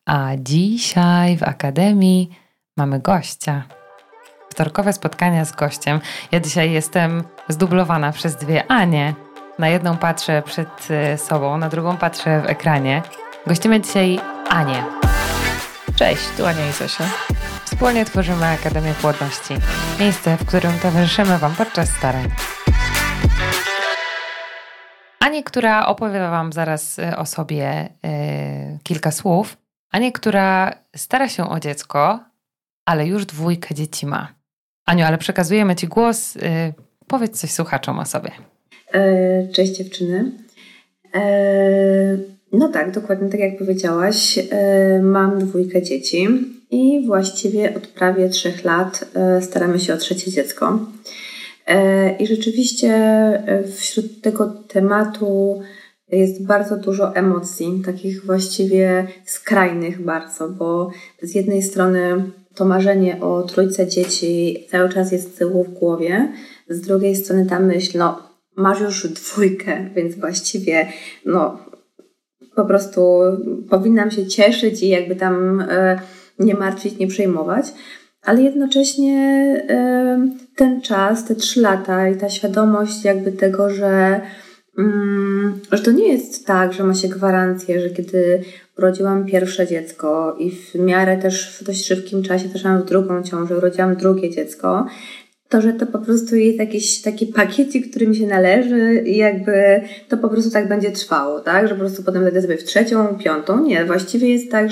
A dzisiaj w Akademii mamy gościa. Wtorkowe spotkania z gościem. Ja dzisiaj jestem zdublowana przez dwie Anie. Na jedną patrzę przed sobą, na drugą patrzę w ekranie. Gościmy dzisiaj Anię. Cześć, tu Ania i Zosia. Wspólnie tworzymy Akademię Płodności. Miejsce, w którym towarzyszymy Wam podczas starań. Ani, która opowie Wam zaraz o sobie kilka słów. Ani, która stara się o dziecko, ale już 2 dzieci ma. Aniu, ale przekazujemy Ci głos. Powiedz coś słuchaczom o sobie. Cześć dziewczyny. No tak, dokładnie tak jak powiedziałaś. Mam 2 dzieci i właściwie od prawie 3 lat staramy się o 3 dziecko. I rzeczywiście wśród tego tematu jest bardzo dużo emocji, takich właściwie skrajnych bardzo, bo z jednej strony to marzenie o 3 dzieci cały czas jest z tyłu w głowie, z drugiej strony ta myśl, masz już 2, więc właściwie po prostu powinnam się cieszyć i jakby tam nie martwić, nie przejmować, ale jednocześnie ten czas, te 3 lata i ta świadomość jakby tego, że to nie jest tak, że ma się gwarancję, że kiedy urodziłam pierwsze dziecko i w miarę też w dość szybkim czasie też mam drugą ciążę, urodziłam drugie dziecko, to że to po prostu jest jakiś taki pakiecik, który mi się należy i jakby to po prostu tak będzie trwało, tak? Że po prostu potem zajdę sobie w 3., 5. Nie, właściwie jest tak,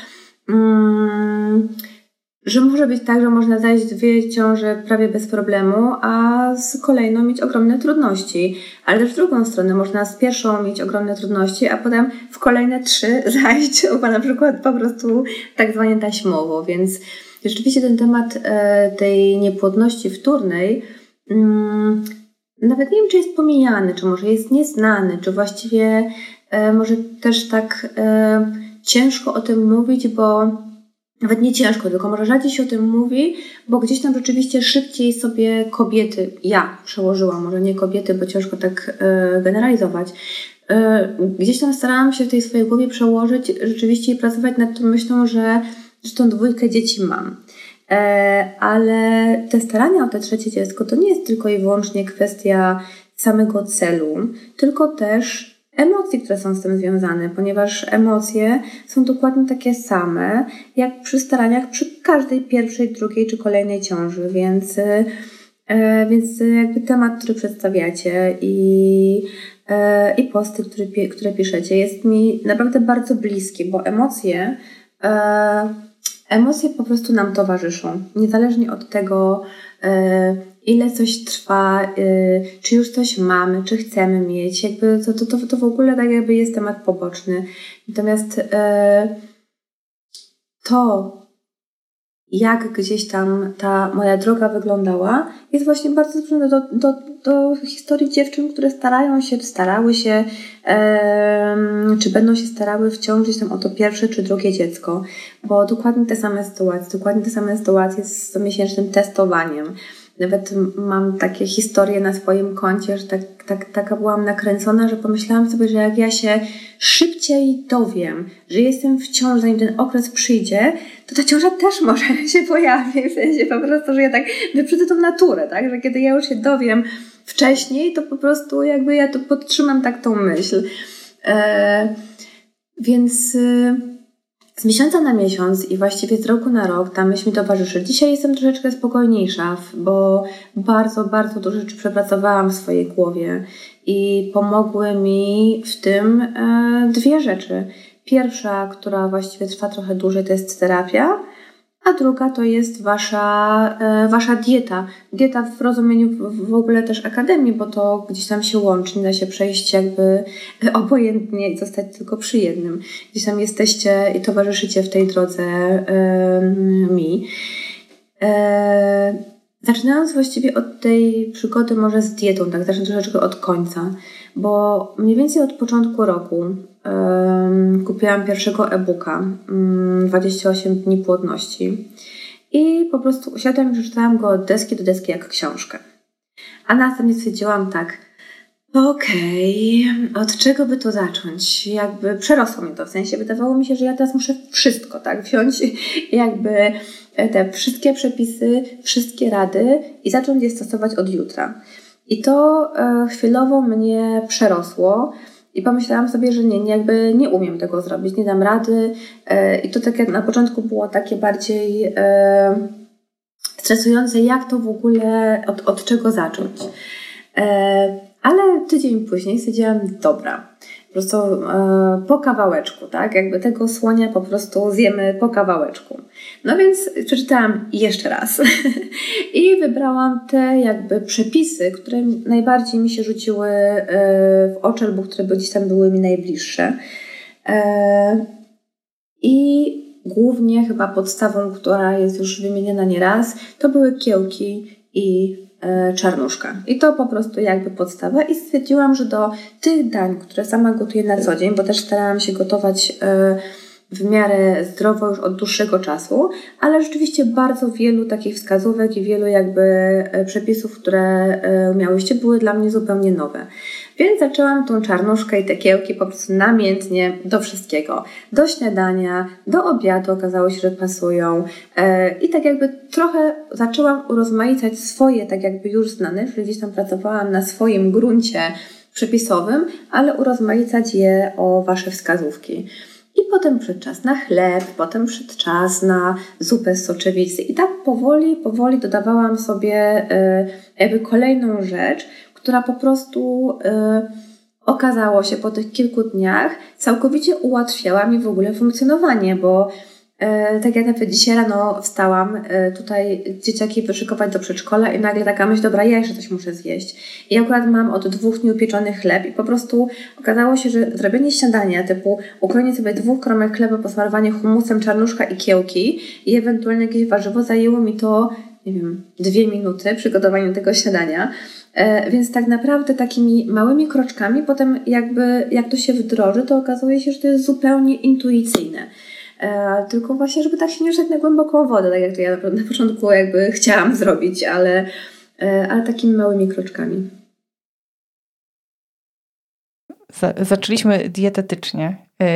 że może być tak, że można zajść 2 ciąże prawie bez problemu, a z kolejną mieć ogromne trudności. Ale też w drugą stronę można z pierwszą mieć ogromne trudności, a potem w kolejne 3 zajść, na przykład po prostu tak zwanie taśmowo. Więc rzeczywiście ten temat tej niepłodności wtórnej nawet nie wiem, czy jest pomijany, czy może jest nieznany, czy właściwie może też tak ciężko o tym mówić, bo nawet nie ciężko, tylko może rzadziej się o tym mówi, bo gdzieś tam rzeczywiście szybciej sobie kobiety, ja przełożyłam, może nie kobiety, bo ciężko tak generalizować, gdzieś tam starałam się w tej swojej głowie przełożyć rzeczywiście i pracować nad tą myślą, że tą 2 dzieci mam. Ale te starania o te 3 dziecko to nie jest tylko i wyłącznie kwestia samego celu, tylko też emocji, które są z tym związane, ponieważ emocje są dokładnie takie same, jak przy staraniach przy każdej pierwszej, drugiej czy kolejnej ciąży, więc jakby temat, który przedstawiacie i posty, które piszecie, jest mi naprawdę bardzo bliski, bo emocje po prostu nam towarzyszą, niezależnie od tego, ile coś trwa, czy już coś mamy, czy chcemy mieć, jakby to w ogóle tak jakby jest temat poboczny. Natomiast to, jak gdzieś tam ta moja droga wyglądała, jest właśnie bardzo zbliżone do historii dziewczyn, które starały się, czy będą się starały wciążyć tam o to pierwsze czy drugie dziecko, bo dokładnie te same sytuacje z miesięcznym testowaniem. Nawet mam takie historie na swoim koncie, że taka byłam nakręcona, że pomyślałam sobie, że jak ja się szybciej dowiem, że jestem w ciąży, zanim ten okres przyjdzie, to ta ciąża też może się pojawi. W sensie po prostu, że ja tak wyprzedzę tą naturę, tak? Że kiedy ja już się dowiem wcześniej, to po prostu jakby ja to podtrzymam tak tą myśl. Więc z miesiąca na miesiąc i właściwie z roku na rok ta myśl mi towarzyszy. Dzisiaj jestem troszeczkę spokojniejsza, bo bardzo, bardzo dużo rzeczy przepracowałam w swojej głowie i pomogły mi w tym 2 rzeczy. Pierwsza, która właściwie trwa trochę dłużej, to jest terapia, a druga to jest wasza dieta. Dieta w rozumieniu w ogóle też akademii, bo to gdzieś tam się łączy, nie da się przejść jakby obojętnie i zostać tylko przy jednym. Gdzieś tam jesteście i towarzyszycie w tej drodze mi. Zaczynając właściwie od tej przygody może z dietą, tak zacznę troszeczkę od końca, bo mniej więcej od początku roku kupiłam pierwszego e-booka 28 dni płodności i po prostu usiadłam i przeczytałam go od deski do deski jak książkę. A następnie stwierdziłam tak, Okej, od czego by to zacząć? Jakby przerosło mi to, w sensie wydawało mi się, że ja teraz muszę wszystko, tak, wziąć jakby te wszystkie przepisy, wszystkie rady i zacząć je stosować od jutra. I to chwilowo mnie przerosło i pomyślałam sobie, że jakby nie umiem tego zrobić, nie dam rady i to tak jak na początku było takie bardziej stresujące, jak to w ogóle, od czego zacząć. Ale tydzień później stwierdziłam, dobra, po prostu po kawałeczku, tak? Jakby tego słonia po prostu zjemy po kawałeczku. No więc przeczytałam jeszcze raz i wybrałam te jakby przepisy, które najbardziej mi się rzuciły w oczy albo które gdzieś tam były mi najbliższe. I głównie chyba podstawą, która jest już wymieniona nieraz, to były kiełki i czarnuszka. I to po prostu jakby podstawa i stwierdziłam, że do tych dań, które sama gotuję na co dzień, bo też starałam się gotować w miarę zdrowo już od dłuższego czasu, ale rzeczywiście bardzo wielu takich wskazówek i wielu jakby przepisów, które miałyście, były dla mnie zupełnie nowe. Więc zaczęłam tą czarnuszkę i te kiełki po prostu namiętnie do wszystkiego. Do śniadania, do obiadu okazało się, że pasują. I tak jakby trochę zaczęłam urozmaicać swoje tak jakby już znane, czyli gdzieś tam pracowałam na swoim gruncie przepisowym, ale urozmaicać je o Wasze wskazówki. I potem przyszedł czas na chleb, potem przyszedł czas na zupę z soczewicy. I tak powoli dodawałam sobie jakby kolejną rzecz, która po prostu okazało się po tych kilku dniach całkowicie ułatwiała mi w ogóle funkcjonowanie, bo tak jak nawet dzisiaj rano wstałam tutaj dzieciaki wyszykować do przedszkola i nagle taka myśl, dobra, ja jeszcze coś muszę zjeść. I akurat mam od 2 dni upieczony chleb i po prostu okazało się, że zrobienie śniadania typu ukrojenie sobie 2 kromek chleba, posmarowanie humusem, czarnuszka i kiełki i ewentualnie jakieś warzywo zajęło mi to, nie wiem, 2 minuty przygotowania tego śniadania. Więc tak naprawdę takimi małymi kroczkami potem jakby jak to się wdroży, to okazuje się, że to jest zupełnie intuicyjne. Tylko właśnie, żeby tak się nie rzucać na głęboką wodę, tak jak to ja na początku jakby chciałam zrobić, ale takimi małymi kroczkami. Zaczęliśmy dietetycznie.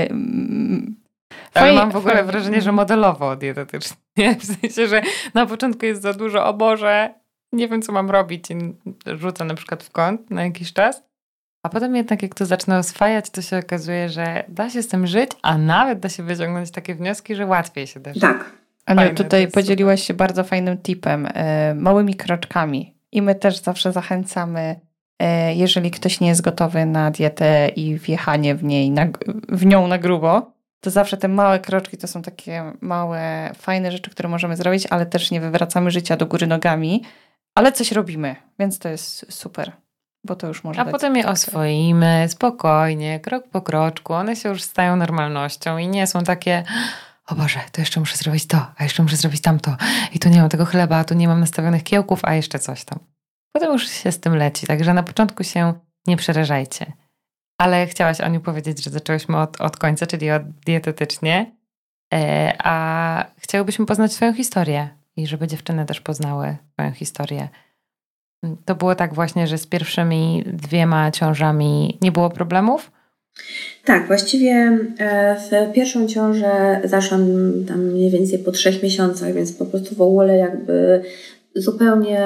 Ale mam w ogóle wrażenie, że modelowo dietetycznie. W sensie, że na początku jest za dużo, o Boże, nie wiem co mam robić i rzucę na przykład w kąt na jakiś czas. A potem jednak jak to zacznę oswajać, to się okazuje, że da się z tym żyć, a nawet da się wyciągnąć takie wnioski, że łatwiej się da żyć. Tak. Aniu, tutaj podzieliłaś się bardzo fajnym tipem, małymi kroczkami. I my też zawsze zachęcamy, jeżeli ktoś nie jest gotowy na dietę i wjechanie w nią na grubo, to zawsze te małe kroczki to są takie małe, fajne rzeczy, które możemy zrobić, ale też nie wywracamy życia do góry nogami, ale coś robimy, więc to jest super. Bo to już może a potem je oswoimy spokojnie, krok po kroczku. One się już stają normalnością i nie są takie, o Boże, to jeszcze muszę zrobić to, a jeszcze muszę zrobić tamto. I tu nie mam tego chleba, a tu nie mam nastawionych kiełków, a jeszcze coś tam. Potem już się z tym leci, także na początku się nie przerażajcie. Ale chciałaś, Aniu, powiedzieć, że zaczęłyśmy od końca, czyli od dietetycznie, a chciałybyśmy poznać swoją historię i żeby dziewczyny też poznały swoją historię. To było tak właśnie, że z pierwszymi 2 ciążami nie było problemów? Tak, właściwie w pierwszą ciążę zaszłam tam mniej więcej po 3 miesiącach, więc po prostu w ogóle jakby zupełnie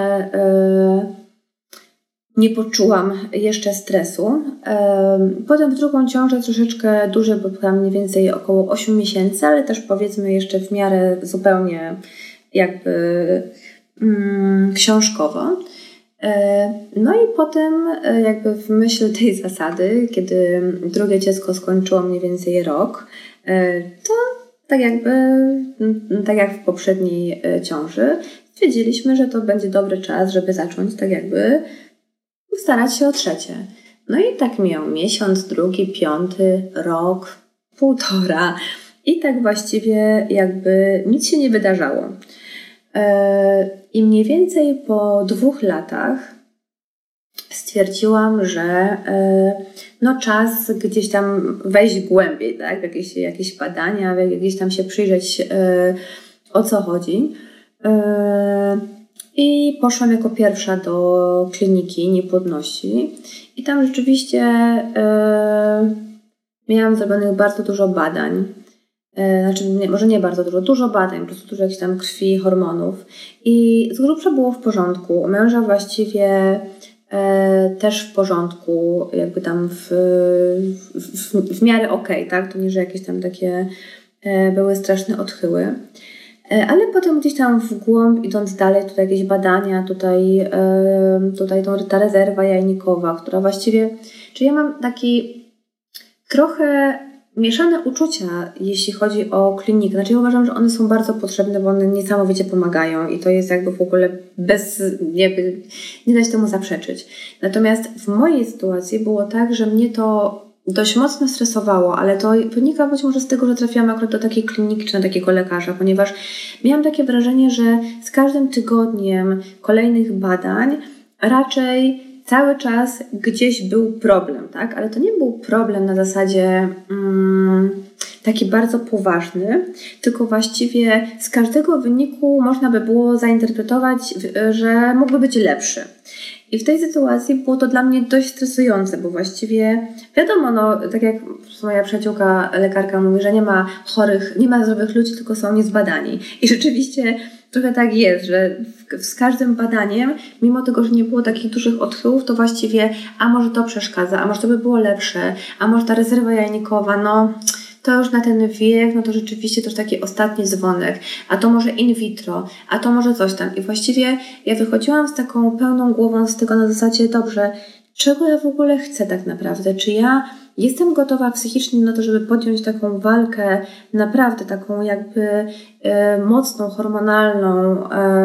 nie poczułam jeszcze stresu. Potem w drugą ciążę troszeczkę dłużej, bo tam mniej więcej około 8 miesięcy, ale też powiedzmy jeszcze w miarę zupełnie jakby książkowo. No i potem jakby w myśl tej zasady, kiedy drugie dziecko skończyło mniej więcej rok, to tak jak w poprzedniej ciąży, stwierdziliśmy, że to będzie dobry czas, żeby zacząć tak jakby starać się o trzecie. No i tak miał miesiąc, drugi, 5, rok, 1,5 i tak właściwie jakby nic się nie wydarzało. I mniej więcej po 2 latach stwierdziłam, że czas gdzieś tam wejść głębiej, tak? Jakieś badania, gdzieś tam się przyjrzeć, o co chodzi. i poszłam jako pierwsza do kliniki niepłodności i tam rzeczywiście miałam zrobionych bardzo dużo badań. Może nie bardzo dużo badań, po prostu dużo jakichś tam krwi, hormonów i z grubsza było w porządku. U męża właściwie też w porządku, jakby tam w miarę okej, tak? To nie, że jakieś tam takie były straszne odchyły. Ale potem gdzieś tam w głąb, idąc dalej, tutaj jakieś badania, tutaj ta rezerwa jajnikowa, która właściwie... Czyli ja mam taki trochę mieszane uczucia, jeśli chodzi o klinikę. Znaczy ja uważam, że one są bardzo potrzebne, bo one niesamowicie pomagają i to jest jakby w ogóle nie da się temu zaprzeczyć. Natomiast w mojej sytuacji było tak, że mnie to dość mocno stresowało, ale to wynika być może z tego, że trafiłam akurat do takiej kliniki czy na takiego lekarza, ponieważ miałam takie wrażenie, że z każdym tygodniem kolejnych badań raczej cały czas gdzieś był problem, tak? Ale to nie był problem na zasadzie taki bardzo poważny, tylko właściwie z każdego wyniku można by było zainterpretować, że mógłby być lepszy. I w tej sytuacji było to dla mnie dość stresujące, bo właściwie wiadomo, tak jak moja przyjaciółka lekarka mówi, że nie ma chorych, nie ma zdrowych ludzi, tylko są niezbadani. I rzeczywiście trochę tak jest, że z każdym badaniem, mimo tego, że nie było takich dużych odchyłów, to właściwie a może to przeszkadza, a może to by było lepsze, a może ta rezerwa jajnikowa, to już na ten wiek, to rzeczywiście to już taki ostatni dzwonek, a to może in vitro, a to może coś tam. I właściwie ja wychodziłam z taką pełną głową z tego na zasadzie, dobrze, czego ja w ogóle chcę tak naprawdę? Czy ja jestem gotowa psychicznie na to, żeby podjąć taką walkę, naprawdę taką jakby mocną, hormonalną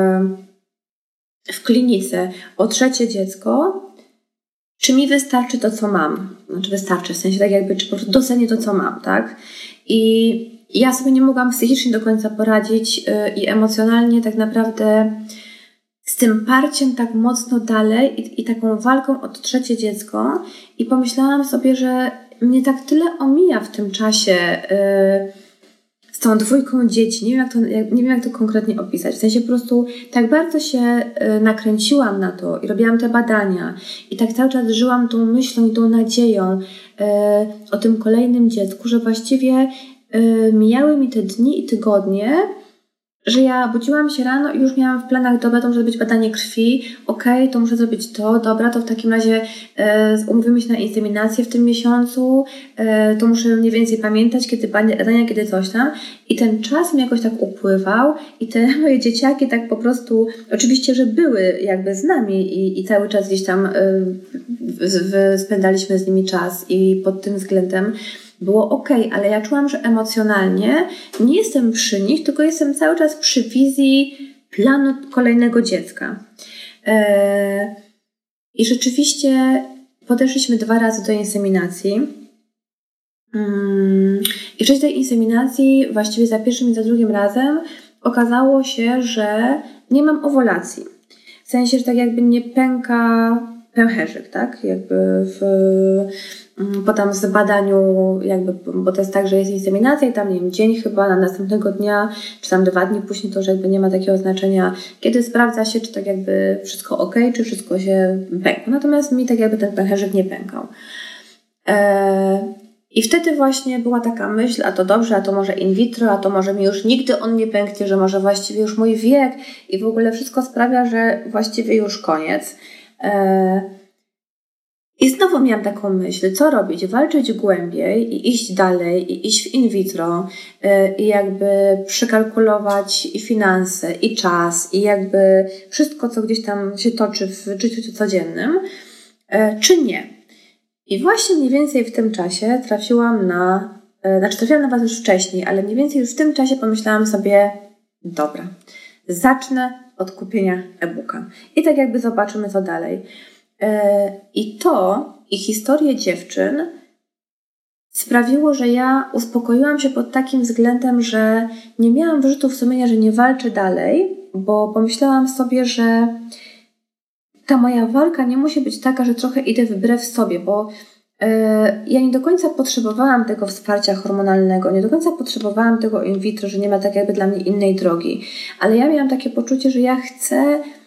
w klinice o trzecie dziecko? Czy mi wystarczy to, co mam? Wystarczy, w sensie tak jakby, czy po prostu docenię to, co mam, tak? I ja sobie nie mogłam psychicznie do końca poradzić i emocjonalnie tak naprawdę z tym parciem tak mocno dalej i taką walką o to trzecie dziecko i pomyślałam sobie, że mnie tak tyle omija w tym czasie z tą dwójką dzieci. Nie wiem, jak to konkretnie opisać. W sensie po prostu tak bardzo się nakręciłam na to i robiłam te badania i tak cały czas żyłam tą myślą i tą nadzieją o tym kolejnym dziecku, że właściwie mijały mi te dni i tygodnie, że ja budziłam się rano i już miałam w planach, dobra, to muszę zrobić badanie krwi, to muszę zrobić to, dobra, to w takim razie umówimy się na inseminację w tym miesiącu, to muszę mniej więcej pamiętać, kiedy badania, kiedy coś tam. I ten czas mi jakoś tak upływał i te moje dzieciaki tak po prostu, oczywiście, że były jakby z nami i cały czas gdzieś tam spędzaliśmy z nimi czas i pod tym względem było okej, ale ja czułam, że emocjonalnie nie jestem przy nich, tylko jestem cały czas przy wizji planu kolejnego dziecka. I rzeczywiście podeszliśmy 2 razy do inseminacji. I w czasie tej inseminacji, właściwie za pierwszym i za drugim razem, okazało się, że nie mam owulacji. W sensie, że tak jakby nie pęka pęcherzyk, tak? Jakby po tam zbadaniu, jakby, bo to jest tak, że jest inseminacja i tam, nie wiem, dzień chyba na następnego dnia, czy tam 2 dni później, to że jakby nie ma takiego znaczenia, kiedy sprawdza się, czy tak jakby wszystko okej, czy wszystko się pękło. Natomiast mi tak jakby ten pęcherzyk nie pękał. I wtedy właśnie była taka myśl, a to dobrze, a to może in vitro, a to może mi już nigdy on nie pęknie, że może właściwie już mój wiek i w ogóle wszystko sprawia, że właściwie już koniec. I znowu miałam taką myśl, co robić? Walczyć głębiej i iść dalej, i iść w in vitro, i jakby przekalkulować i finanse, i czas, i jakby wszystko, co gdzieś tam się toczy w życiu codziennym, czy nie? I właśnie mniej więcej w tym czasie trafiłam na Was już wcześniej, ale mniej więcej już w tym czasie pomyślałam sobie, dobra, zacznę od kupienia e-booka. I tak jakby zobaczymy, co dalej. I historie dziewczyn sprawiło, że ja uspokoiłam się pod takim względem, że nie miałam wyrzutów sumienia, że nie walczę dalej, bo pomyślałam sobie, że ta moja walka nie musi być taka, że trochę idę wbrew sobie, bo ja nie do końca potrzebowałam tego wsparcia hormonalnego, nie do końca potrzebowałam tego in vitro, że nie ma tak jakby dla mnie innej drogi, ale ja miałam takie poczucie, że ja chcę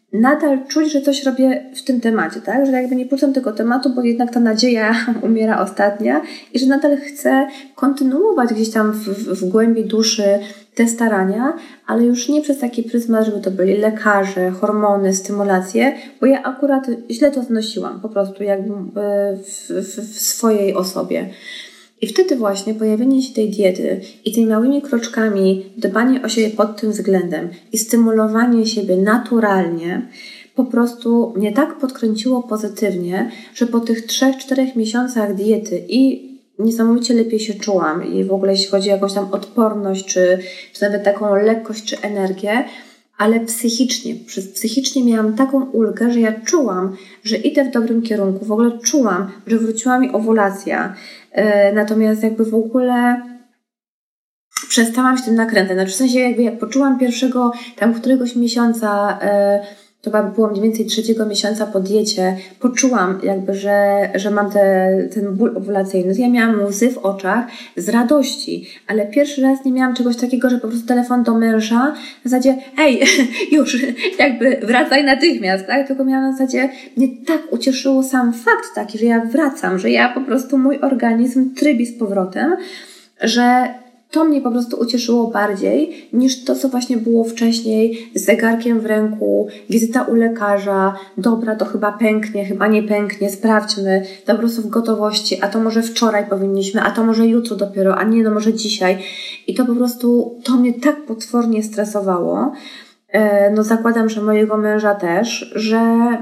nadal czuć, że coś robię w tym temacie, tak? Że jakby nie puszczam tego tematu, bo jednak ta nadzieja umiera ostatnia i że nadal chcę kontynuować gdzieś tam w głębi duszy te starania, ale już nie przez taki pryzmat, żeby to byli lekarze, hormony, stymulacje, bo ja akurat źle to znosiłam po prostu jakby w swojej osobie. I wtedy właśnie pojawienie się tej diety i tymi małymi kroczkami dbanie o siebie pod tym względem i stymulowanie siebie naturalnie po prostu mnie tak podkręciło pozytywnie, że po tych 3-4 miesiącach diety i niesamowicie lepiej się czułam i w ogóle jeśli chodzi o jakąś tam odporność, czy nawet taką lekkość, czy energię, ale psychicznie miałam taką ulgę, że ja czułam, że idę w dobrym kierunku. W ogóle czułam, że wróciła mi owulacja. Natomiast jakby w ogóle przestałam się tym nakręcać. Znaczy w sensie jakby jak poczułam pierwszego tam któregoś miesiąca, to chyba było mniej więcej 3 miesiąca po diecie, poczułam jakby, że mam ten ból owulacyjny. Ja miałam łzy w oczach z radości, ale pierwszy raz nie miałam czegoś takiego, że po prostu telefon do męża na zasadzie hej, już jakby wracaj natychmiast, tak? Tylko miałam na zasadzie, mnie tak ucieszyło sam fakt taki, że ja wracam, że ja po prostu mój organizm trybi z powrotem, że to mnie po prostu ucieszyło bardziej niż to, co właśnie było wcześniej z zegarkiem w ręku, wizyta u lekarza, dobra, to chyba pęknie, chyba nie pęknie, sprawdźmy, to po prostu w gotowości, a to może wczoraj powinniśmy, a to może jutro dopiero, a nie, no może dzisiaj. I to po prostu, to mnie tak potwornie stresowało, no zakładam, że mojego męża też, że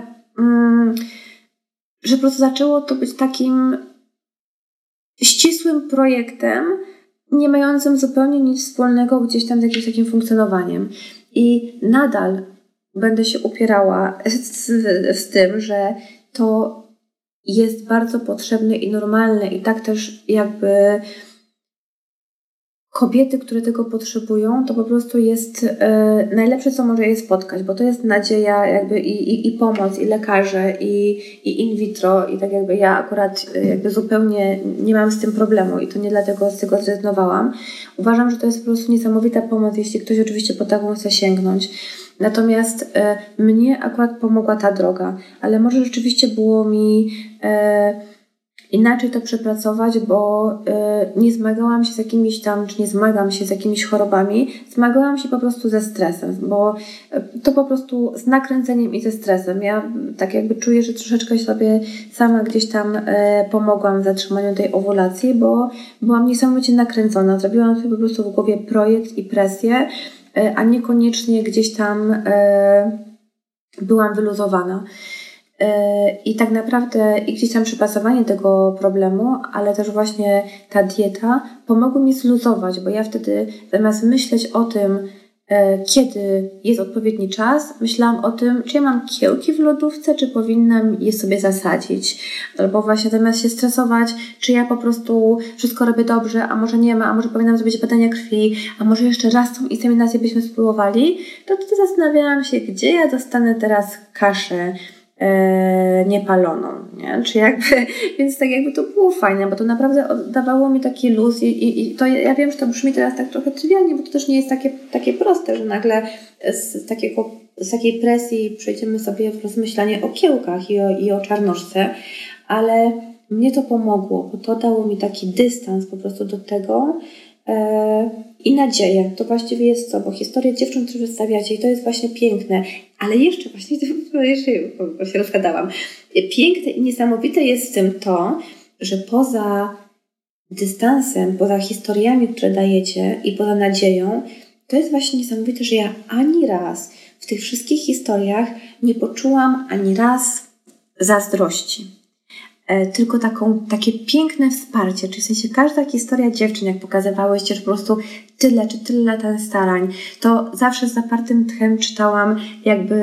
po prostu zaczęło to być takim ścisłym projektem, nie mającym zupełnie nic wspólnego gdzieś tam z jakimś takim funkcjonowaniem. I nadal będę się upierała z tym, że to jest bardzo potrzebne i normalne i tak też jakby kobiety, które tego potrzebują, to po prostu jest najlepsze, co może je spotkać, bo to jest nadzieja jakby i pomoc, i lekarze, i in vitro i tak jakby ja akurat jakby zupełnie nie mam z tym problemu i to nie dlatego z tego zrezygnowałam. Uważam, że to jest po prostu niesamowita pomoc, jeśli ktoś oczywiście po taką chce sięgnąć. Natomiast mnie akurat pomogła ta droga, ale może rzeczywiście było mi inaczej to przepracować, bo nie zmagałam się z jakimiś tam, czy nie zmagam się z jakimiś chorobami, zmagałam się po prostu ze stresem, bo to po prostu z nakręceniem i ze stresem. Ja tak jakby czuję, że troszeczkę sobie sama gdzieś tam pomogłam w zatrzymaniu tej owulacji, bo byłam niesamowicie nakręcona. Zrobiłam sobie po prostu w głowie projekt i presję, a niekoniecznie gdzieś tam byłam wyluzowana. I tak naprawdę i gdzieś tam przepracowanie tego problemu, ale też właśnie ta dieta pomogły mi zluzować, bo ja wtedy zamiast myśleć o tym, kiedy jest odpowiedni czas, myślałam o tym, czy ja mam kiełki w lodówce, czy powinnam je sobie zasadzić. Albo właśnie zamiast się stresować, czy ja po prostu wszystko robię dobrze, a może nie ma, a może powinnam zrobić badania krwi, a może jeszcze raz tą inseminację byśmy spróbowali, to wtedy zastanawiałam się, gdzie ja dostanę teraz kaszę niepaloną, nie? Czy jakby, więc tak jakby to było fajne, bo to naprawdę dawało mi taki luz i to ja wiem, że to brzmi teraz tak trochę trywialnie, bo to też nie jest takie proste, że nagle z takiej presji przejdziemy sobie w rozmyślanie o kiełkach i o czarnoszce, ale mnie to pomogło, bo to dało mi taki dystans po prostu do tego i nadzieję. To właściwie jest co, bo historię dziewcząt, które przedstawiacie i to jest właśnie piękne, ale jeszcze właśnie się rozgadałam. Piękne i niesamowite jest w tym to, że poza dystansem, poza historiami, które dajecie i poza nadzieją, to jest właśnie niesamowite, że ja ani raz w tych wszystkich historiach nie poczułam ani raz zazdrości. Tylko takie piękne wsparcie, czyli w sensie każda historia dziewczyn, jak pokazywałyście, że po prostu tyle lat starań, to zawsze z zapartym tchem czytałam jakby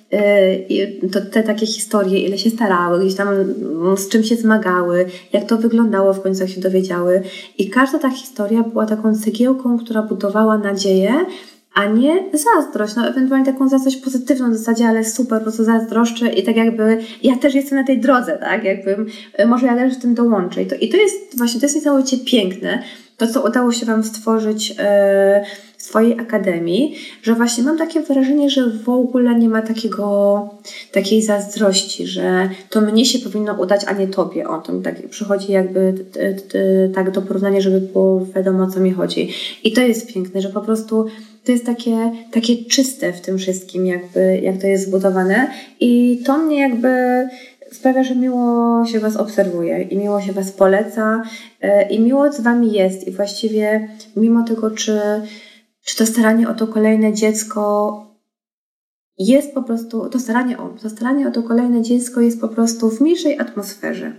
te takie historie, ile się starały, gdzieś tam z czym się zmagały, jak to wyglądało w końcu, jak się dowiedziały. I każda ta historia była taką cegiełką, która budowała nadzieję, a nie zazdrość. No ewentualnie taką zazdrość pozytywną w zasadzie, ale super, po prostu zazdroszczę i tak jakby ja też jestem na tej drodze, tak? Jakby może ja też w tym dołączę. I to jest właśnie, to jest niesamowicie piękne. to, co udało się Wam stworzyć w swojej akademii, że właśnie mam takie wrażenie, że w ogóle nie ma takiej zazdrości, że to mnie się powinno udać, a nie Tobie. To mi tak przychodzi jakby tak do porównania, żeby było wiadomo, o co mi chodzi. I to jest piękne, że po prostu to jest takie czyste w tym wszystkim, jakby jak to jest zbudowane i to mnie jakby sprawia, że miło się Was obserwuje i miło się Was poleca i miło z Wami jest i właściwie mimo tego, czy to staranie o to kolejne dziecko jest po prostu, to staranie o to kolejne dziecko jest po prostu w milszej atmosferze.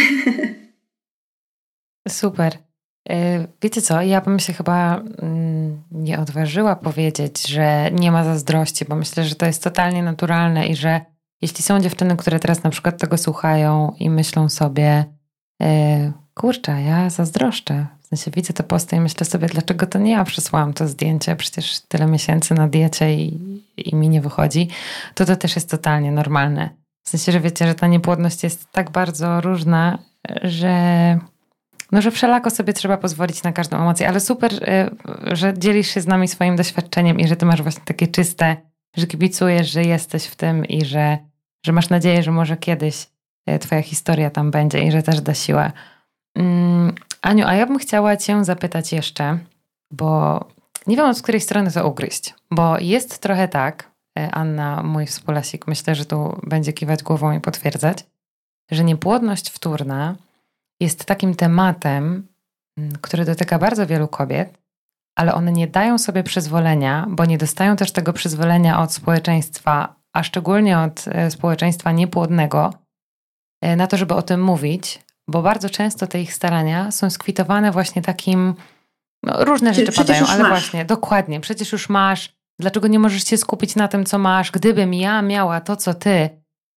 Super. Wiecie co, ja bym się chyba nie odważyła powiedzieć, że nie ma zazdrości, bo myślę, że to jest totalnie naturalne i że jeśli są dziewczyny, które teraz na przykład tego słuchają i myślą sobie, kurczę, ja zazdroszczę. W sensie widzę te posty i myślę sobie, dlaczego to nie ja przysłałam to zdjęcie, przecież tyle miesięcy na diecie i mi nie wychodzi. To też jest totalnie normalne. W sensie, że wiecie, że ta niepłodność jest tak bardzo różna, że wszelako sobie trzeba pozwolić na każdą emocję, ale super, że dzielisz się z nami swoim doświadczeniem i że ty masz właśnie takie czyste, że kibicujesz, że jesteś w tym i że masz nadzieję, że może kiedyś twoja historia tam będzie i że też da siłę. Aniu, a ja bym chciała cię zapytać jeszcze, bo nie wiem, od której strony to ugryźć, bo jest trochę tak, Anna, mój współlasik, myślę, że tu będzie kiwać głową i potwierdzać, że niepłodność wtórna jest takim tematem, który dotyka bardzo wielu kobiet, ale one nie dają sobie przyzwolenia, bo nie dostają też tego przyzwolenia od społeczeństwa, a szczególnie od społeczeństwa niepłodnego, na to, żeby o tym mówić, bo bardzo często te ich starania są skwitowane właśnie takim, różne rzeczy padają, ale właśnie, dokładnie, przecież już masz, dlaczego nie możesz się skupić na tym, co masz, gdybym ja miała to, co ty.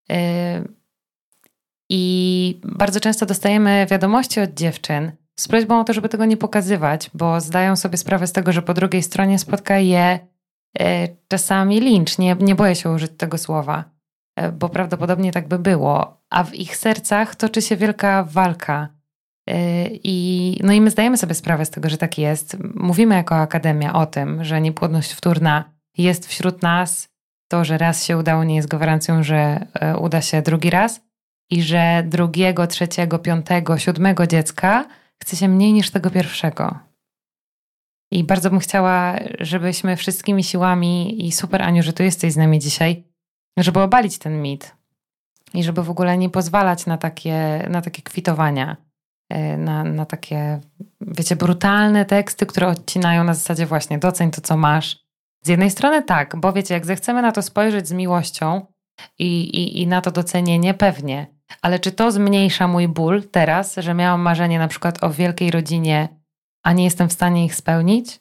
I bardzo często dostajemy wiadomości od dziewczyn z prośbą o to, żeby tego nie pokazywać, bo zdają sobie sprawę z tego, że po drugiej stronie spotka je czasami lincz. Nie boję się użyć tego słowa, bo prawdopodobnie tak by było. A w ich sercach toczy się wielka walka. I my zdajemy sobie sprawę z tego, że tak jest. Mówimy jako akademia o tym, że niepłodność wtórna jest wśród nas. To, że raz się udało, nie jest gwarancją, że uda się drugi raz. I że drugiego, trzeciego, piątego, siódmego dziecka chce się mniej niż tego pierwszego. I bardzo bym chciała, żebyśmy wszystkimi siłami, i super Aniu, że tu jesteś z nami dzisiaj, żeby obalić ten mit. I żeby w ogóle nie pozwalać na takie kwitowania, na takie, wiecie, brutalne teksty, które odcinają na zasadzie właśnie doceń to, co masz. Z jednej strony tak, bo wiecie, jak zechcemy na to spojrzeć z miłością i na to docenienie, pewnie. Ale czy to zmniejsza mój ból teraz, że miałam marzenie na przykład o wielkiej rodzinie, a nie jestem w stanie ich spełnić?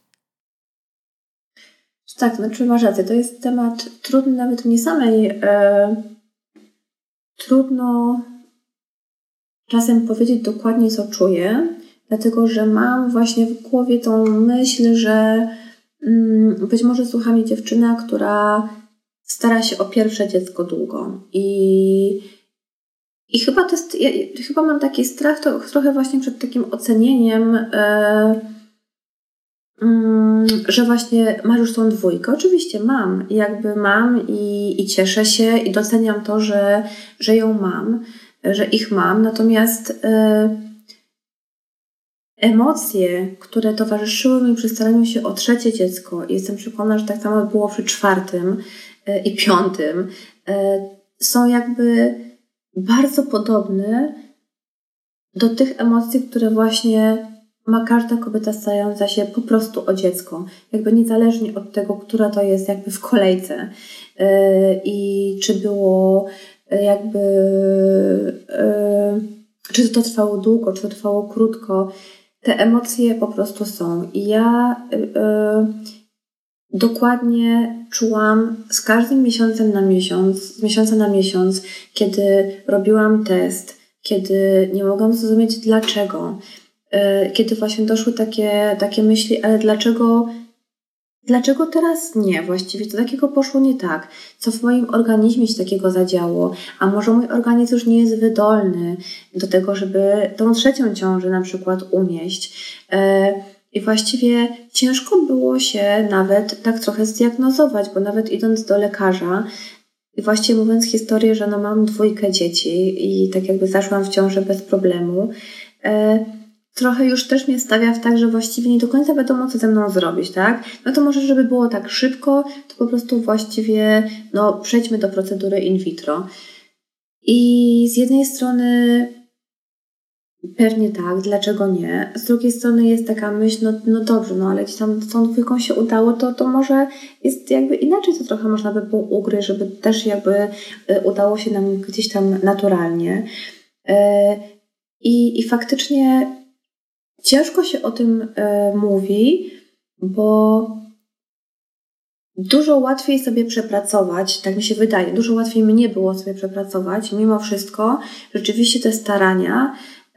Tak, masz rację. To jest temat trudny nawet mnie samej. Trudno czasem powiedzieć dokładnie, co czuję, dlatego że mam właśnie w głowie tą myśl, że być może słucha mnie dziewczyna, która stara się o pierwsze dziecko długo. I chyba to jest, chyba mam taki strach trochę właśnie przed takim ocenieniem, że właśnie masz już tą dwójkę. Oczywiście mam, i cieszę się i doceniam to, że ją mam, że ich mam. Natomiast emocje, które towarzyszyły mi przy staraniu się o trzecie dziecko, i jestem przekonana, że tak samo było przy czwartym i piątym, są jakby bardzo podobne do tych emocji, które właśnie ma każda kobieta starająca się po prostu o dziecko. Jakby niezależnie od tego, która to jest jakby w kolejce. I czy było jakby... czy to trwało długo, czy to trwało krótko. Te emocje po prostu są. I ja dokładnie czułam z każdym miesiącem na miesiąc, z miesiąca na miesiąc, kiedy robiłam test, kiedy nie mogłam zrozumieć dlaczego, kiedy właśnie doszły takie myśli, ale dlaczego teraz nie właściwie? Co takiego poszło nie tak? Co w moim organizmie się takiego zadziało? A może mój organizm już nie jest wydolny do tego, żeby tą trzecią ciążę na przykład unieść? I właściwie ciężko było się nawet tak trochę zdiagnozować, bo nawet idąc do lekarza i właściwie mówiąc historię, że mam 2 dzieci i tak jakby zaszłam w ciążę bez problemu, trochę już też mnie stawia w tak, że właściwie nie do końca wiadomo, co ze mną zrobić, tak? No to może, żeby było tak szybko, to po prostu właściwie przejdźmy do procedury in vitro. I z jednej strony pewnie tak, dlaczego nie? Z drugiej strony jest taka myśl, no dobrze, ale gdzieś tam z tą 2 się udało, to może jest jakby inaczej, to trochę można by było ugryźć, żeby też jakby udało się nam gdzieś tam naturalnie. I faktycznie ciężko się o tym mówi, bo dużo łatwiej sobie przepracować, tak mi się wydaje, dużo łatwiej mnie było sobie przepracować, mimo wszystko, rzeczywiście te starania,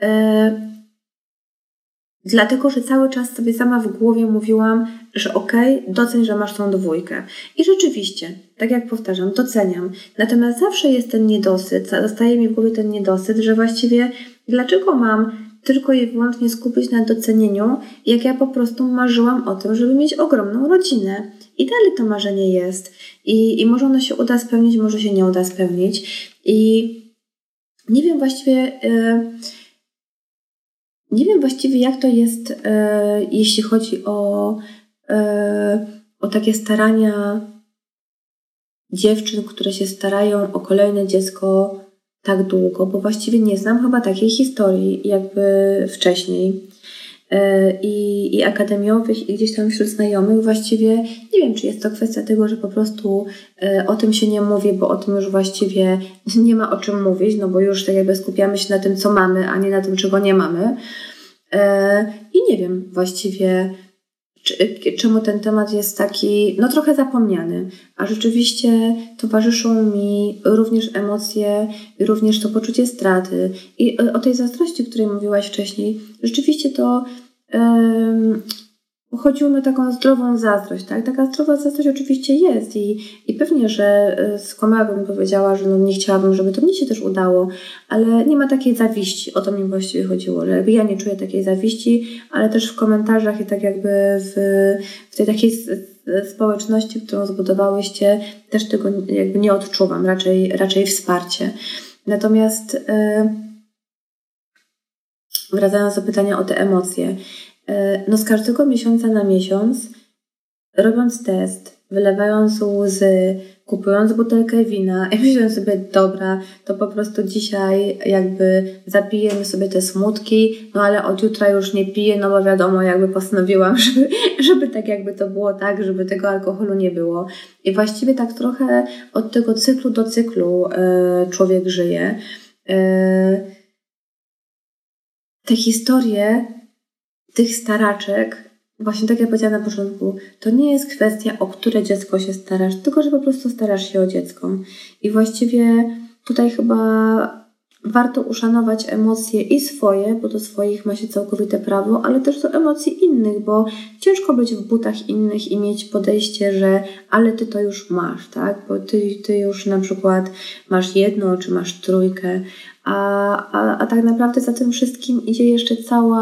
dlatego, że cały czas sobie sama w głowie mówiłam, że doceń, że masz tą 2. I rzeczywiście, tak jak powtarzam, doceniam. Natomiast zawsze jest ten niedosyt, zostaje mi w głowie ten niedosyt, że właściwie dlaczego mam tylko i wyłącznie skupić na docenieniu, jak ja po prostu marzyłam o tym, żeby mieć ogromną rodzinę. I dalej to marzenie jest. I może ono się uda spełnić, może się nie uda spełnić. I nie wiem właściwie jak to jest, jeśli chodzi o takie starania dziewczyn, które się starają o kolejne dziecko tak długo, bo właściwie nie znam chyba takiej historii jakby wcześniej. I akademiowych, i gdzieś tam wśród znajomych właściwie nie wiem, czy jest to kwestia tego, że po prostu o tym się nie mówi, bo o tym już właściwie nie ma o czym mówić, bo już tak jakby skupiamy się na tym, co mamy, a nie na tym, czego nie mamy. I nie wiem właściwie, czemu ten temat jest taki, trochę zapomniany, a rzeczywiście towarzyszą mi również emocje, również to poczucie straty i o tej zazdrości, o której mówiłaś wcześniej, rzeczywiście to chodziło mi o taką zdrową zazdrość, tak? Taka zdrowa zazdrość oczywiście jest i pewnie, że skłamałabym, powiedziała, że nie chciałabym, żeby to mnie się też udało, ale nie ma takiej zawiści, o to mi właściwie chodziło, że jakby ja nie czuję takiej zawiści, ale też w komentarzach i tak jakby w tej takiej społeczności, którą zbudowałyście, też tego jakby nie odczuwam, raczej wsparcie. Natomiast wracając do pytania o te emocje, z każdego miesiąca na miesiąc, robiąc test, wylewając łzy, kupując butelkę wina i myśląc sobie, dobra, to po prostu dzisiaj jakby zapijemy sobie te smutki, ale od jutra już nie piję, bo wiadomo, jakby postanowiłam, żeby tak jakby to było tak, żeby tego alkoholu nie było. I właściwie tak trochę od tego cyklu do cyklu człowiek żyje. Te historie tych staraczek, właśnie tak jak powiedziałam na początku, to nie jest kwestia, o które dziecko się starasz, tylko że po prostu starasz się o dziecko. I właściwie tutaj chyba warto uszanować emocje i swoje, bo do swoich ma się całkowite prawo, ale też do emocji innych, bo ciężko być w butach innych i mieć podejście, że ale ty to już masz, tak? Bo ty już na przykład masz 1 czy masz 3, a tak naprawdę za tym wszystkim idzie jeszcze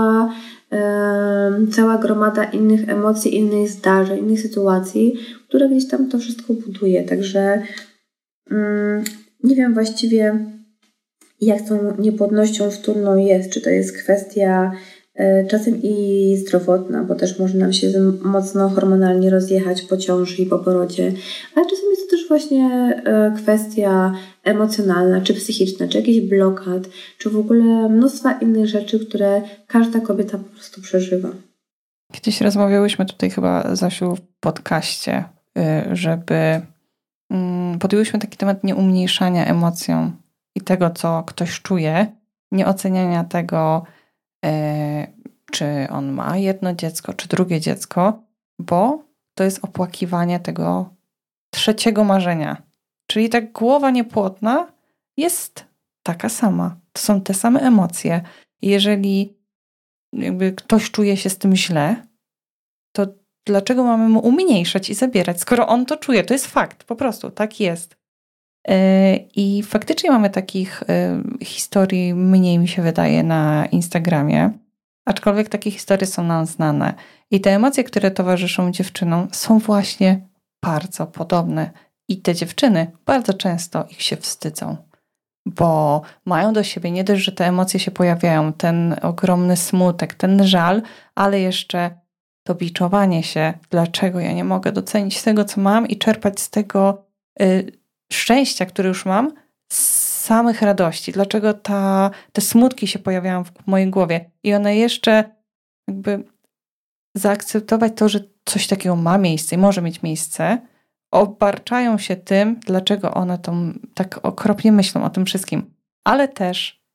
cała gromada innych emocji, innych zdarzeń, innych sytuacji, które gdzieś tam to wszystko buduje. Także nie wiem właściwie, jak z tą niepłodnością wtórną jest. Czy to jest kwestia czasem i zdrowotna, bo też może nam się mocno hormonalnie rozjechać po ciąży i po porodzie, ale czasem jest to też właśnie kwestia emocjonalna, czy psychiczna, czy jakiś blokad, czy w ogóle mnóstwa innych rzeczy, które każda kobieta po prostu przeżywa. Kiedyś rozmawiałyśmy tutaj chyba, Zasiu, w podcaście, żeby podjęłyśmy taki temat nieumniejszania emocjom i tego, co ktoś czuje, nieoceniania tego, czy on ma 1 dziecko, czy 2 dziecko, bo to jest opłakiwanie tego 3. marzenia. Czyli ta głowa niepłodna jest taka sama. To są te same emocje. I jeżeli jakby ktoś czuje się z tym źle, to dlaczego mamy mu umniejszać i zabierać, skoro on to czuje? To jest fakt, po prostu, tak jest. I faktycznie mamy takich historii, mniej mi się wydaje, na Instagramie. Aczkolwiek takie historie są nam znane. I te emocje, które towarzyszą dziewczynom, są właśnie bardzo podobne. I te dziewczyny bardzo często ich się wstydzą, bo mają do siebie nie dość, że te emocje się pojawiają, ten ogromny smutek, ten żal, ale jeszcze to biczowanie się, dlaczego ja nie mogę docenić tego, co mam i czerpać z tego szczęścia, które już mam, z samych radości. Dlaczego te smutki się pojawiają w mojej głowie i one jeszcze jakby zaakceptować to, że coś takiego ma miejsce i może mieć miejsce, obarczają się tym, dlaczego one tak okropnie myślą o tym wszystkim. Ale też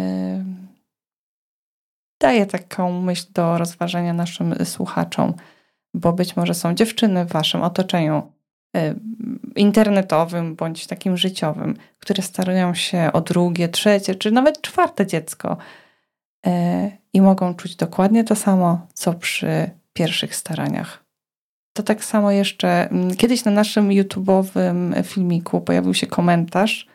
daję taką myśl do rozważenia naszym słuchaczom, bo być może są dziewczyny w waszym otoczeniu internetowym bądź takim życiowym, które starają się o drugie, trzecie czy nawet czwarte dziecko i mogą czuć dokładnie to samo, co przy pierwszych staraniach. To tak samo jeszcze kiedyś na naszym YouTube'owym filmiku pojawił się komentarz,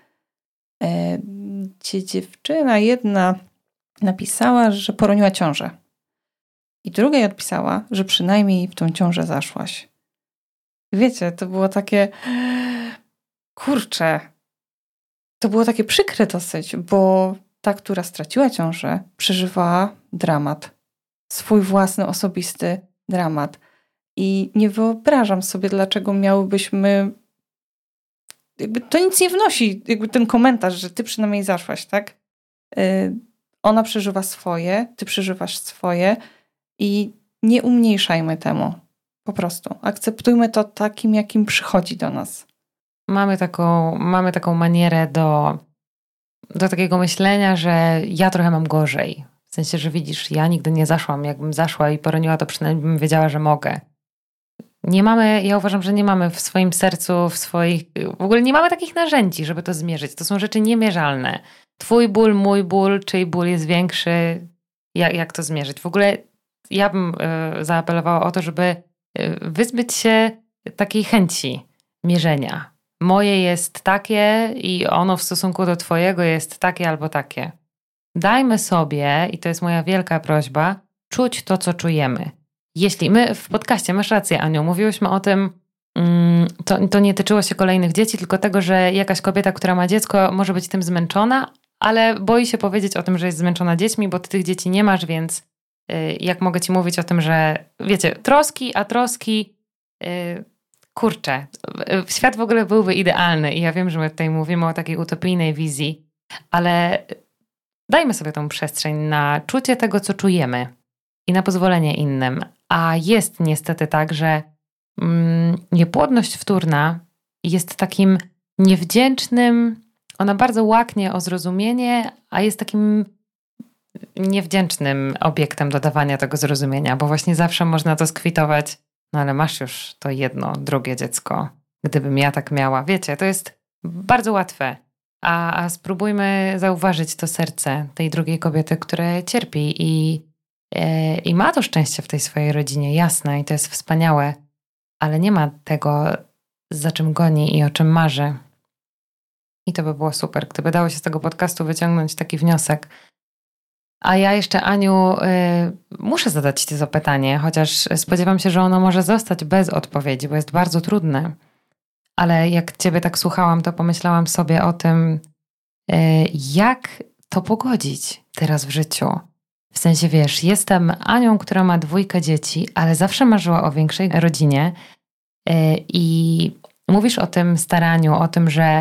gdzie dziewczyna jedna napisała, że poroniła ciążę. I druga jej odpisała, że przynajmniej w tą ciążę zaszłaś. Wiecie, to było takie kurczę. To było takie przykre dosyć, bo ta, która straciła ciążę, przeżywała dramat. Swój własny, osobisty dramat. I nie wyobrażam sobie, dlaczego miałybyśmy... Jakby to nic nie wnosi, jakby ten komentarz, że ty przynajmniej zaszłaś, tak? Ona przeżywa swoje, ty przeżywasz swoje i nie umniejszajmy temu. Po prostu. Akceptujmy to takim, jakim przychodzi do nas. Mamy taką manierę do takiego myślenia, że ja trochę mam gorzej. W sensie, że widzisz, ja nigdy nie zaszłam. Jakbym zaszła i poroniła, to przynajmniej bym wiedziała, że mogę. Ja uważam, że nie mamy w swoim sercu, w ogóle nie mamy takich narzędzi, żeby to zmierzyć. To są rzeczy niemierzalne. Twój ból, mój ból, czyj ból jest większy, jak to zmierzyć? W ogóle ja bym zaapelowała o to, żeby wyzbyć się takiej chęci mierzenia. Moje jest takie i ono w stosunku do twojego jest takie albo takie. Dajmy sobie, i to jest moja wielka prośba, czuć to, co czujemy. Jeśli my w podcaście, masz rację, Aniu, mówiłyśmy o tym, to nie tyczyło się kolejnych dzieci, tylko tego, że jakaś kobieta, która ma dziecko, może być tym zmęczona, ale boi się powiedzieć o tym, że jest zmęczona dziećmi, bo ty tych dzieci nie masz, więc jak mogę ci mówić o tym, że wiecie, troski, kurczę, świat w ogóle byłby idealny i ja wiem, że my tutaj mówimy o takiej utopijnej wizji, ale dajmy sobie tą przestrzeń na czucie tego, co czujemy i na pozwolenie innym. A jest niestety tak, że niepłodność wtórna jest takim niewdzięcznym, ona bardzo łaknie o zrozumienie, a jest takim niewdzięcznym obiektem do dawania tego zrozumienia, bo właśnie zawsze można to skwitować, no ale masz już to jedno, drugie dziecko, gdybym ja tak miała. Wiecie, to jest bardzo łatwe, a spróbujmy zauważyć to serce tej drugiej kobiety, które cierpi i ma to szczęście w tej swojej rodzinie, jasne, i to jest wspaniałe, ale nie ma tego, za czym goni i o czym marzy. I to by było super, gdyby dało się z tego podcastu wyciągnąć taki wniosek. A ja jeszcze, Aniu, muszę zadać ci to pytanie, chociaż spodziewam się, że ono może zostać bez odpowiedzi, bo jest bardzo trudne. Ale jak ciebie tak słuchałam, to pomyślałam sobie o tym, jak to pogodzić teraz w życiu. W sensie, wiesz, jestem Anią, która ma 2 dzieci, ale zawsze marzyła o większej rodzinie i mówisz o tym staraniu, o tym, że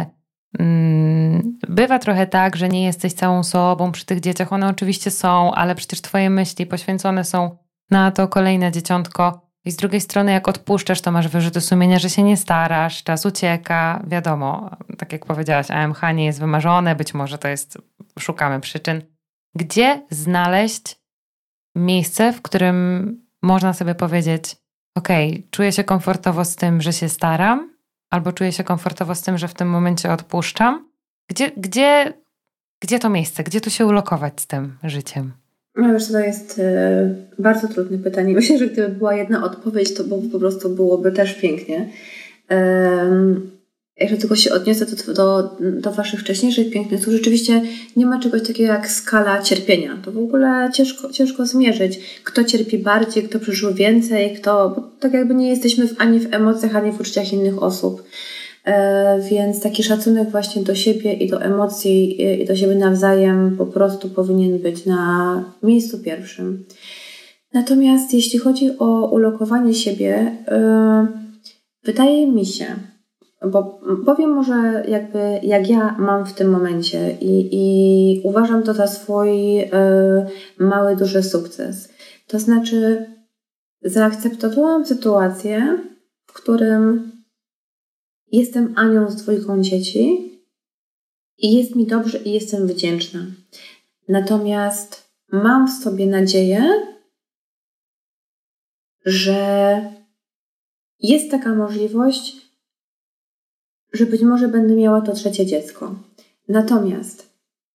bywa trochę tak, że nie jesteś całą sobą przy tych dzieciach. One oczywiście są, ale przecież twoje myśli poświęcone są na to kolejne dzieciątko. I z drugiej strony, jak odpuszczasz, to masz wyrzuty sumienia, że się nie starasz, czas ucieka. Wiadomo, tak jak powiedziałaś, AMH nie jest wymarzone, być może to jest, szukamy przyczyn. Gdzie znaleźć miejsce, w którym można sobie powiedzieć, okej, czuję się komfortowo z tym, że się staram, albo czuję się komfortowo z tym, że w tym momencie odpuszczam. Gdzie to miejsce? Gdzie tu się ulokować z tym życiem? No wiesz, to jest bardzo trudne pytanie. Myślę, że gdyby była jedna odpowiedź, to po prostu byłoby też pięknie. Jeżeli tylko się odniosę do Waszych wcześniejszych pięknych słów, rzeczywiście nie ma czegoś takiego jak skala cierpienia. To w ogóle ciężko zmierzyć, kto cierpi bardziej, kto przeżył więcej, bo tak jakby nie jesteśmy ani w emocjach, ani w uczuciach innych osób. Więc taki szacunek właśnie do siebie i do emocji i do siebie nawzajem po prostu powinien być na miejscu pierwszym. Natomiast jeśli chodzi o ulokowanie siebie, wydaje mi się, bo powiem może jakby jak ja mam w tym momencie i uważam to za swój mały, duży sukces. To znaczy zaakceptowałam sytuację, w którym jestem Anią z 2 dzieci i jest mi dobrze i jestem wdzięczna. Natomiast mam w sobie nadzieję, że jest taka możliwość, że być może będę miała to 3 dziecko. Natomiast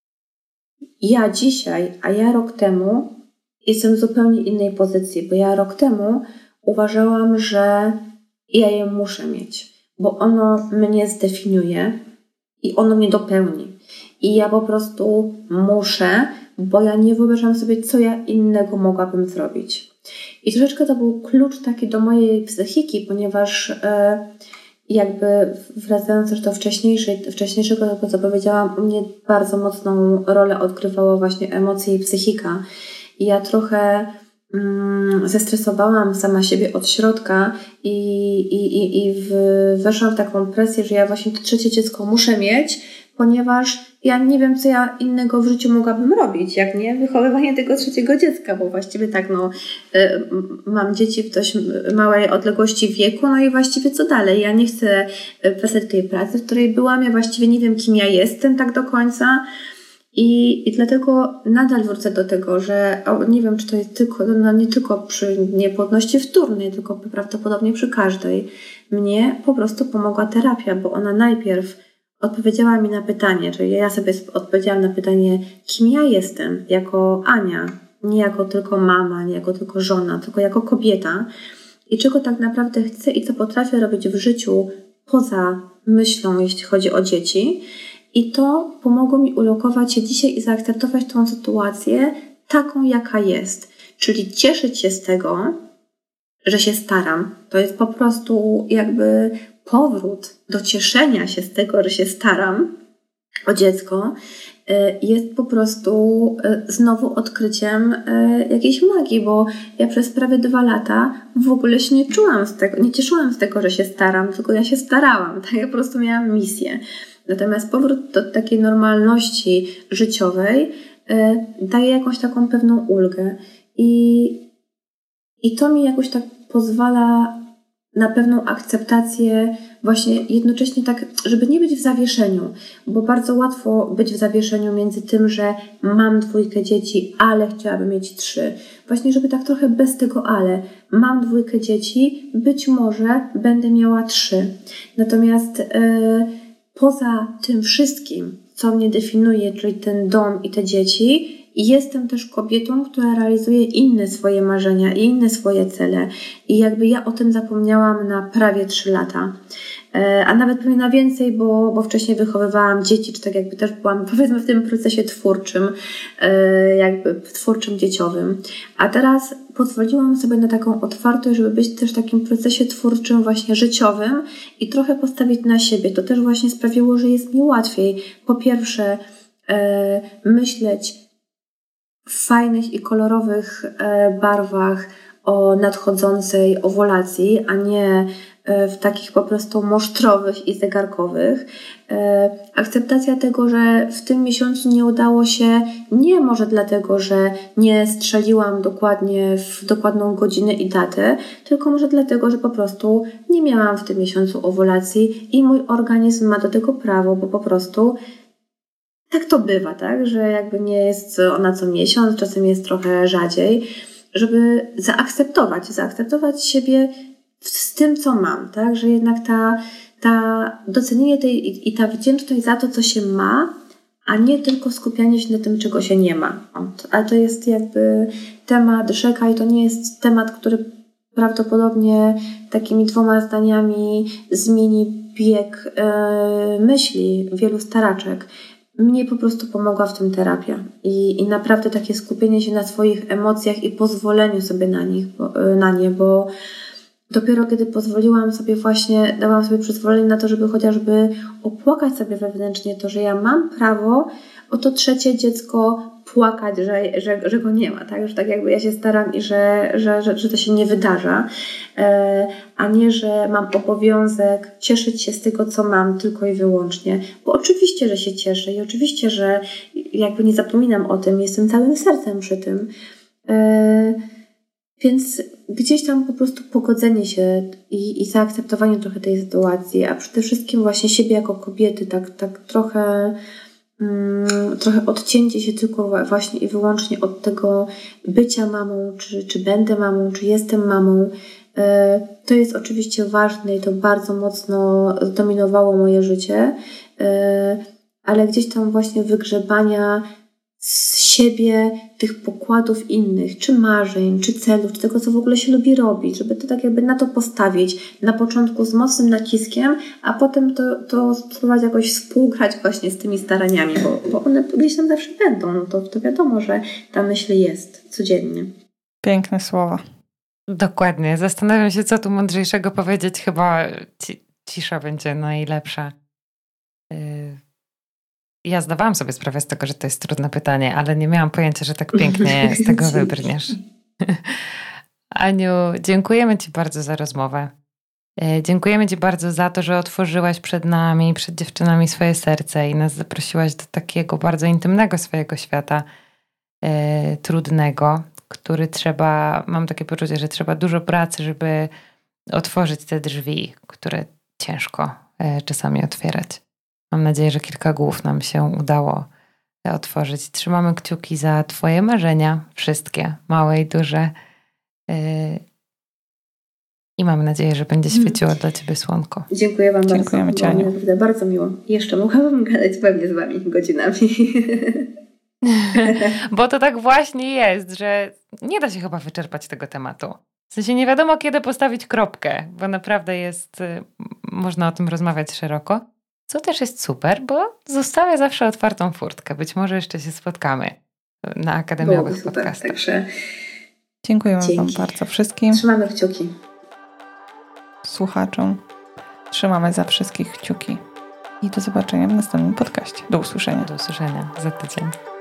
ja dzisiaj, a ja rok temu jestem w zupełnie innej pozycji, bo ja rok temu uważałam, że ja je muszę mieć, bo ono mnie zdefiniuje i ono mnie dopełni. I ja po prostu muszę, bo ja nie wyobrażam sobie, co ja innego mogłabym zrobić. I troszeczkę to był klucz taki do mojej psychiki, ponieważ jakby wracając też do wcześniejszego tego, co powiedziałam, u mnie bardzo mocną rolę odgrywała właśnie emocje i psychika. I ja trochę zestresowałam sama siebie od środka i weszłam w taką presję, że ja właśnie to 3 dziecko muszę mieć, ponieważ ja nie wiem, co ja innego w życiu mogłabym robić, jak nie wychowywanie tego 3 dziecka, bo właściwie tak, mam dzieci w dość małej odległości wieku, no i właściwie co dalej? Ja nie chcę wracać do tej pracy, w której byłam, ja właściwie nie wiem, kim ja jestem tak do końca i dlatego nadal wrócę do tego, że nie wiem, czy to jest tylko, nie tylko przy niepłodności wtórnej, tylko prawdopodobnie przy każdej. Mnie po prostu pomogła terapia, bo ona najpierw odpowiedziała mi na pytanie, czyli ja sobie odpowiedziałam na pytanie, kim ja jestem jako Ania, nie jako tylko mama, nie jako tylko żona, tylko jako kobieta i czego tak naprawdę chcę i co potrafię robić w życiu poza myślą, jeśli chodzi o dzieci. I to pomogło mi ulokować się dzisiaj i zaakceptować tą sytuację taką, jaka jest. Czyli cieszyć się z tego, że się staram. To jest po prostu jakby powrót do cieszenia się z tego, że się staram o dziecko, jest po prostu znowu odkryciem jakiejś magii, bo ja przez prawie 2 lata w ogóle się nie cieszyłam z tego, że się staram, tylko ja się starałam, tak? Ja po prostu miałam misję. Natomiast powrót do takiej normalności życiowej daje jakąś taką pewną ulgę i to mi jakoś tak pozwala na pewną akceptację właśnie jednocześnie tak, żeby nie być w zawieszeniu, bo bardzo łatwo być w zawieszeniu między tym, że mam 2 dzieci, ale chciałabym mieć 3. Właśnie, żeby tak trochę bez tego ale. Mam 2 dzieci, być może będę miała 3. Natomiast poza tym wszystkim, co mnie definiuje, czyli ten dom i te dzieci, jestem też kobietą, która realizuje inne swoje marzenia i inne swoje cele. I jakby ja o tym zapomniałam na prawie 3 lata. A nawet pewnie na więcej, bo wcześniej wychowywałam dzieci, czy tak jakby też byłam, powiedzmy, w tym procesie twórczym, jakby twórczym dzieciowym. A teraz pozwoliłam sobie na taką otwartość, żeby być też w takim procesie twórczym właśnie życiowym i trochę postawić na siebie. To też właśnie sprawiło, że jest mi łatwiej. Po pierwsze, myśleć w fajnych i kolorowych barwach o nadchodzącej owulacji, a nie w takich po prostu mosztrowych i zegarkowych. Akceptacja tego, że w tym miesiącu nie udało się, nie może dlatego, że nie strzeliłam dokładnie w dokładną godzinę i datę, tylko może dlatego, że po prostu nie miałam w tym miesiącu owulacji i mój organizm ma do tego prawo, bo po prostu tak to bywa, tak? Że jakby nie jest ona co miesiąc, czasem jest trochę rzadziej, żeby zaakceptować siebie z tym, co mam, tak? Że jednak ta docenienie tej i ta wdzięczność za to, co się ma, a nie tylko skupianie się na tym, czego się nie ma. A to jest jakby temat rzeka i to nie jest temat, który prawdopodobnie takimi 2 zdaniami zmieni bieg myśli wielu staraczek. Mnie po prostu pomogła w tym terapia i naprawdę takie skupienie się na swoich emocjach i pozwoleniu sobie na nie, bo dopiero kiedy pozwoliłam sobie właśnie, dałam sobie przyzwolenie na to, żeby chociażby opłakać sobie wewnętrznie to, że ja mam prawo o to 3 dziecko płakać, że go nie ma, tak? Że tak jakby ja się staram i że to się nie wydarza, a nie, że mam obowiązek cieszyć się z tego, co mam tylko i wyłącznie. Bo oczywiście, że się cieszę i oczywiście, że jakby nie zapominam o tym, jestem całym sercem przy tym. Więc gdzieś tam po prostu pogodzenie się i zaakceptowanie trochę tej sytuacji, a przede wszystkim właśnie siebie jako kobiety, tak trochę odcięcie się tylko właśnie i wyłącznie od tego bycia mamą, czy będę mamą, czy jestem mamą. To jest oczywiście ważne i to bardzo mocno zdominowało moje życie, ale gdzieś tam właśnie wygrzebania z siebie tych pokładów innych, czy marzeń, czy celów, czy tego, co w ogóle się lubi robić, żeby to tak jakby na to postawić na początku z mocnym naciskiem, a potem to spróbować jakoś współgrać właśnie z tymi staraniami, bo one gdzieś tam zawsze będą, no to wiadomo, że ta myśl jest codziennie. Piękne słowa. Dokładnie. Zastanawiam się, co tu mądrzejszego powiedzieć. Chyba cisza będzie najlepsza. Ja zdawałam sobie sprawę z tego, że to jest trudne pytanie, ale nie miałam pojęcia, że tak pięknie z tego wybrniesz. Aniu, dziękujemy Ci bardzo za rozmowę. Dziękujemy Ci bardzo za to, że otworzyłaś przed nami, przed dziewczynami swoje serce i nas zaprosiłaś do takiego bardzo intymnego swojego świata, trudnego, który mam takie poczucie, że trzeba dużo pracy, żeby otworzyć te drzwi, które ciężko czasami otwierać. Mam nadzieję, że kilka głów nam się udało otworzyć. Trzymamy kciuki za Twoje marzenia, wszystkie, małe i duże. I mamy nadzieję, że będzie świeciło dla Ciebie słonko. Dziękuję Wam bardzo. Dziękujemy Ci, Aniu. Naprawdę bardzo miło. Jeszcze mogłabym gadać pewnie z Wami godzinami. Bo to tak właśnie jest, że nie da się chyba wyczerpać tego tematu. W sensie nie wiadomo, kiedy postawić kropkę, bo naprawdę można o tym rozmawiać szeroko. Co też jest super, bo zostawia zawsze otwartą furtkę. Być może jeszcze się spotkamy na akademiowych podcastach. Także dziękujemy Wam bardzo wszystkim. Trzymamy kciuki. Słuchaczom. Trzymamy za wszystkich kciuki. I do zobaczenia w następnym podcaście. Do usłyszenia. Do usłyszenia za tydzień.